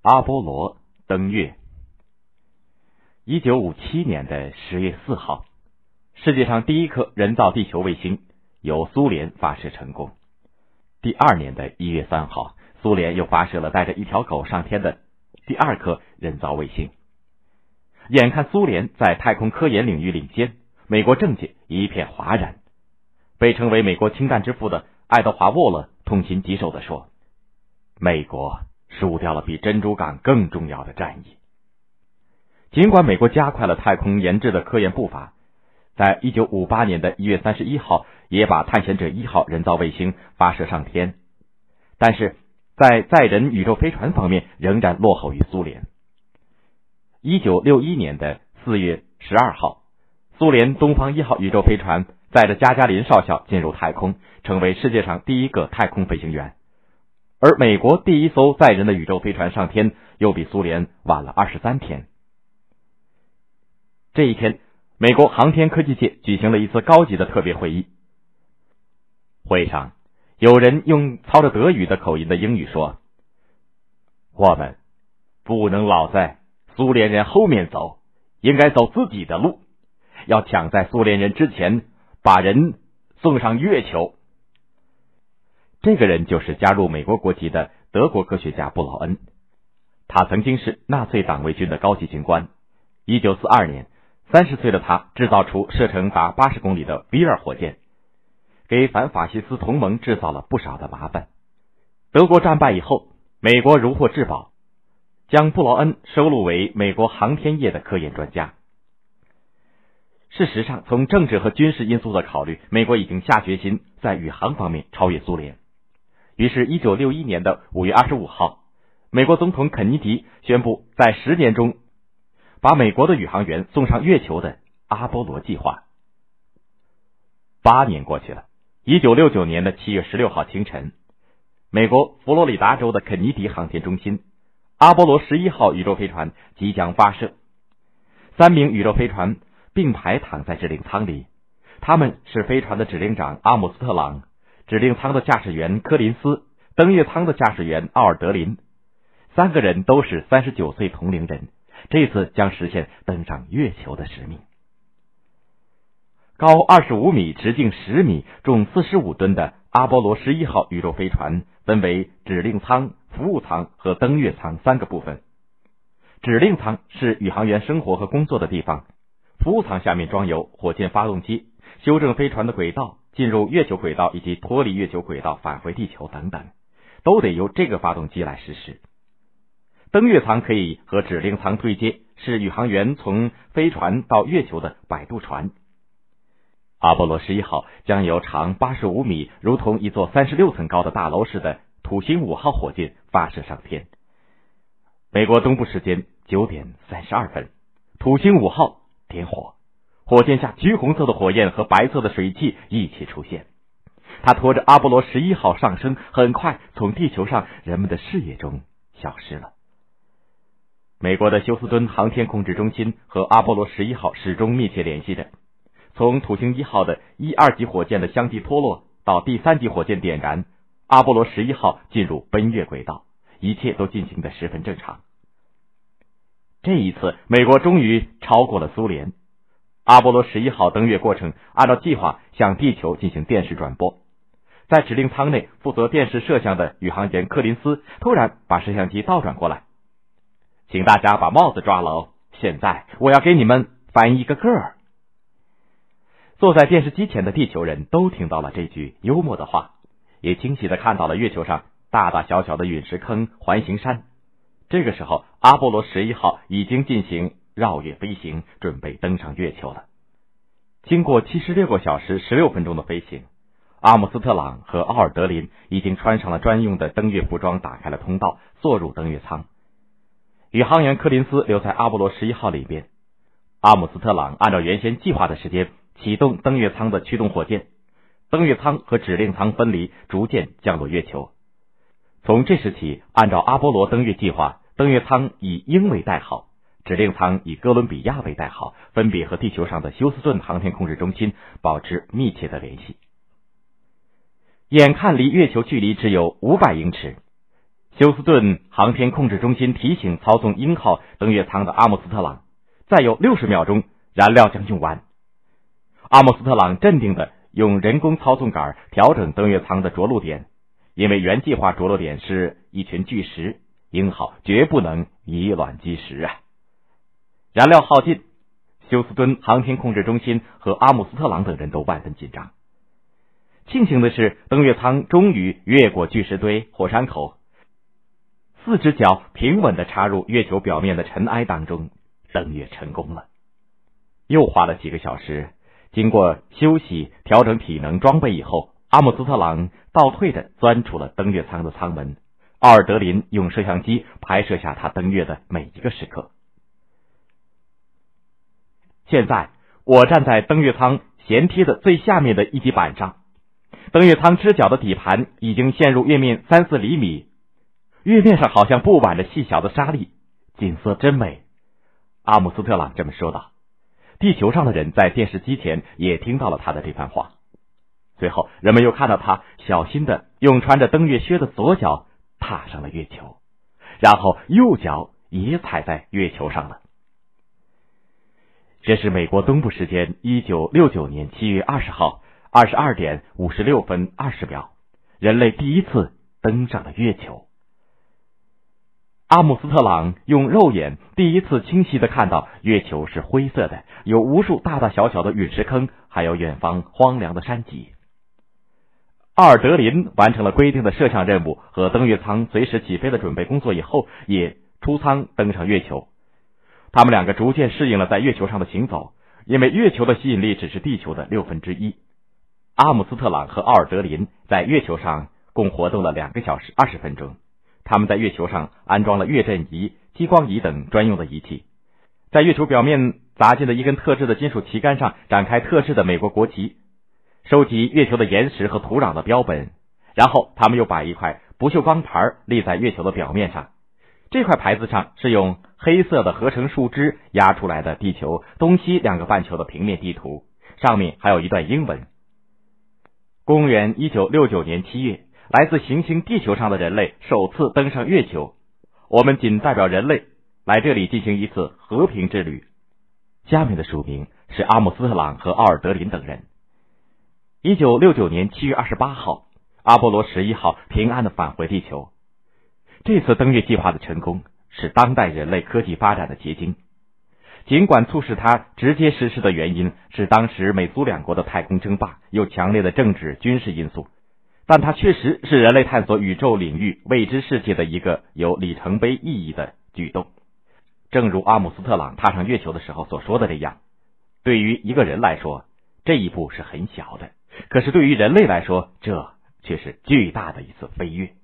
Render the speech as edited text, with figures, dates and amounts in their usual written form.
阿波罗登月。1957年的10月4号，世界上第一颗人造地球卫星由苏联发射成功。第二年的1月3号，苏联又发射了带着一条狗上天的第二颗人造卫星。眼看苏联在太空科研领域领先，美国政界一片哗然。被称为美国氢弹之父的爱德华·沃勒痛心疾首地说，美国输掉了比珍珠港更重要的战役。尽管美国加快了太空研制的科研步伐，在1958年的1月31号也把探险者1号人造卫星发射上天，但是在载人宇宙飞船方面仍然落后于苏联。1961年的4月12号，苏联东方1号宇宙飞船载着加加林少校进入太空，成为世界上第一个太空飞行员。而美国第一艘载人的宇宙飞船上天又比苏联晚了23天。这一天，美国航天科技界举行了一次高级的特别会议。会上，有人用操着德语的口音的英语说，我们不能老在苏联人后面走，应该走自己的路，要抢在苏联人之前把人送上月球。这个人就是加入美国国籍的德国科学家布劳恩，他曾经是纳粹党卫军的高级军官。1942年，30岁的他制造出射程达80公里的 V2 火箭，给反法西斯同盟制造了不少的麻烦。德国战败以后，美国如获至宝，将布劳恩收录为美国航天业的科研专家。事实上，从政治和军事因素的考虑，美国已经下决心在宇航方面超越苏联。于是1961年的5月25号，美国总统肯尼迪宣布在10年中把美国的宇航员送上月球的阿波罗计划。8年过去了，1969年的7月16号清晨，美国佛罗里达州的肯尼迪航天中心阿波罗11号宇宙飞船即将发射。3名宇宙飞船并排躺在指令舱里，他们是飞船的指令长阿姆斯特朗、指令舱的驾驶员柯林斯、登月舱的驾驶员奥尔德林。3个人都是39岁同龄人，这次将实现登上月球的使命。高25米、直径10米、重45吨的阿波罗11号宇宙飞船分为指令舱、服务舱和登月舱3个部分。指令舱是宇航员生活和工作的地方，服务舱下面装有火箭发动机，修正飞船的轨道，进入月球轨道以及脱离月球轨道返回地球等等，都得由这个发动机来实施。登月舱可以和指令舱对接，是宇航员从飞船到月球的摆渡船。阿波罗11号将由长85米、如同一座36层高的大楼似的土星5号火箭发射上天。美国东部时间9点32分，土星5号点火，火箭下橘红色的火焰和白色的水汽一起出现。它拖着阿波罗11号上升，很快从地球上人们的视野中消失了。美国的休斯敦航天控制中心和阿波罗11号始终密切联系着。从土星1号的1、2级火箭的相继脱落到第3级火箭点燃，阿波罗11号进入奔月轨道，一切都进行得十分正常。这一次，美国终于超过了苏联。阿波罗11号登月过程按照计划向地球进行电视转播。在指令舱内负责电视摄像的宇航员柯林斯突然把摄像机倒转过来，请大家把帽子抓牢，现在我要给你们翻一个个儿。坐在电视机前的地球人都听到了这句幽默的话，也清晰地看到了月球上大大小小的陨石坑、环形山。这个时候，阿波罗11号已经进行绕月飞行，准备登上月球了。经过76个小时16分钟的飞行，阿姆斯特朗和奥尔德林已经穿上了专用的登月服装，打开了通道，坐入登月舱。宇航员柯林斯留在阿波罗11号里边。阿姆斯特朗按照原先计划的时间启动登月舱的驱动火箭，登月舱和指令舱分离，逐渐降落月球。从这时起，按照阿波罗登月计划，登月舱以鹰为代号，指令舱以哥伦比亚为代号，分别和地球上的休斯顿航天控制中心保持密切的联系。眼看离月球距离只有500英尺， 休斯顿航天控制中心提醒操纵鹰号登月舱的阿姆斯特朗，再有60秒钟，燃料将用完。阿姆斯特朗镇定地用人工操纵杆调整登月舱的着陆点，因为原计划着陆点是一群巨石，鹰号绝不能以卵击石啊！燃料耗尽，休斯敦航天控制中心和阿姆斯特朗等人都万分紧张。庆幸的是，登月舱终于越过巨石堆、火山口，4只脚平稳地插入月球表面的尘埃当中，登月成功了。又花了几个小时，经过休息、调整体能装备以后，阿姆斯特朗倒退着钻出了登月舱的舱门。奥尔德林用摄像机拍摄下他登月的每一个时刻。现在我站在登月舱舷梯的最下面的一级板上，登月舱支脚的底盘已经陷入月面3-4厘米，月面上好像布满着细小的沙粒，景色真美。阿姆斯特朗这么说道。地球上的人在电视机前也听到了他的这番话。随后人们又看到他小心地用穿着登月靴的左脚踏上了月球，然后右脚也踩在月球上了。这是美国东部时间1969年7月20号22点56分20秒，人类第一次登上了月球。阿姆斯特朗用肉眼第一次清晰地看到月球是灰色的，有无数大大小小的陨石坑，还有远方荒凉的山脊。奥尔德林完成了规定的摄像任务和登月舱随时起飞的准备工作以后，也出舱登上月球。他们两个逐渐适应了在月球上的行走，因为月球的吸引力只是地球的1/6。阿姆斯特朗和奥尔德林在月球上共活动了2个小时20分钟。他们在月球上安装了月震仪、激光仪等专用的仪器，在月球表面砸进的一根特制的金属旗杆上展开特制的美国国旗，收集月球的岩石和土壤的标本，然后他们又把一块不锈钢牌立在月球的表面上。这块牌子上是用黑色的合成树脂压出来的地球东西2个半球的平面地图，上面还有一段英文。公元1969年7月，来自行星地球上的人类首次登上月球，我们仅代表人类来这里进行一次和平之旅。下面的署名是阿姆斯特朗和奥尔德林等人。1969年7月28号，阿波罗11号平安地返回地球。这次登月计划的成功是当代人类科技发展的结晶。尽管促使它直接实施的原因是当时美苏2国的太空争霸，有强烈的政治军事因素，但它确实是人类探索宇宙领域未知世界的一个有里程碑意义的举动。正如阿姆斯特朗踏上月球的时候所说的这样，对于一个人来说，这一步是很小的，可是对于人类来说，这却是巨大的一次飞跃。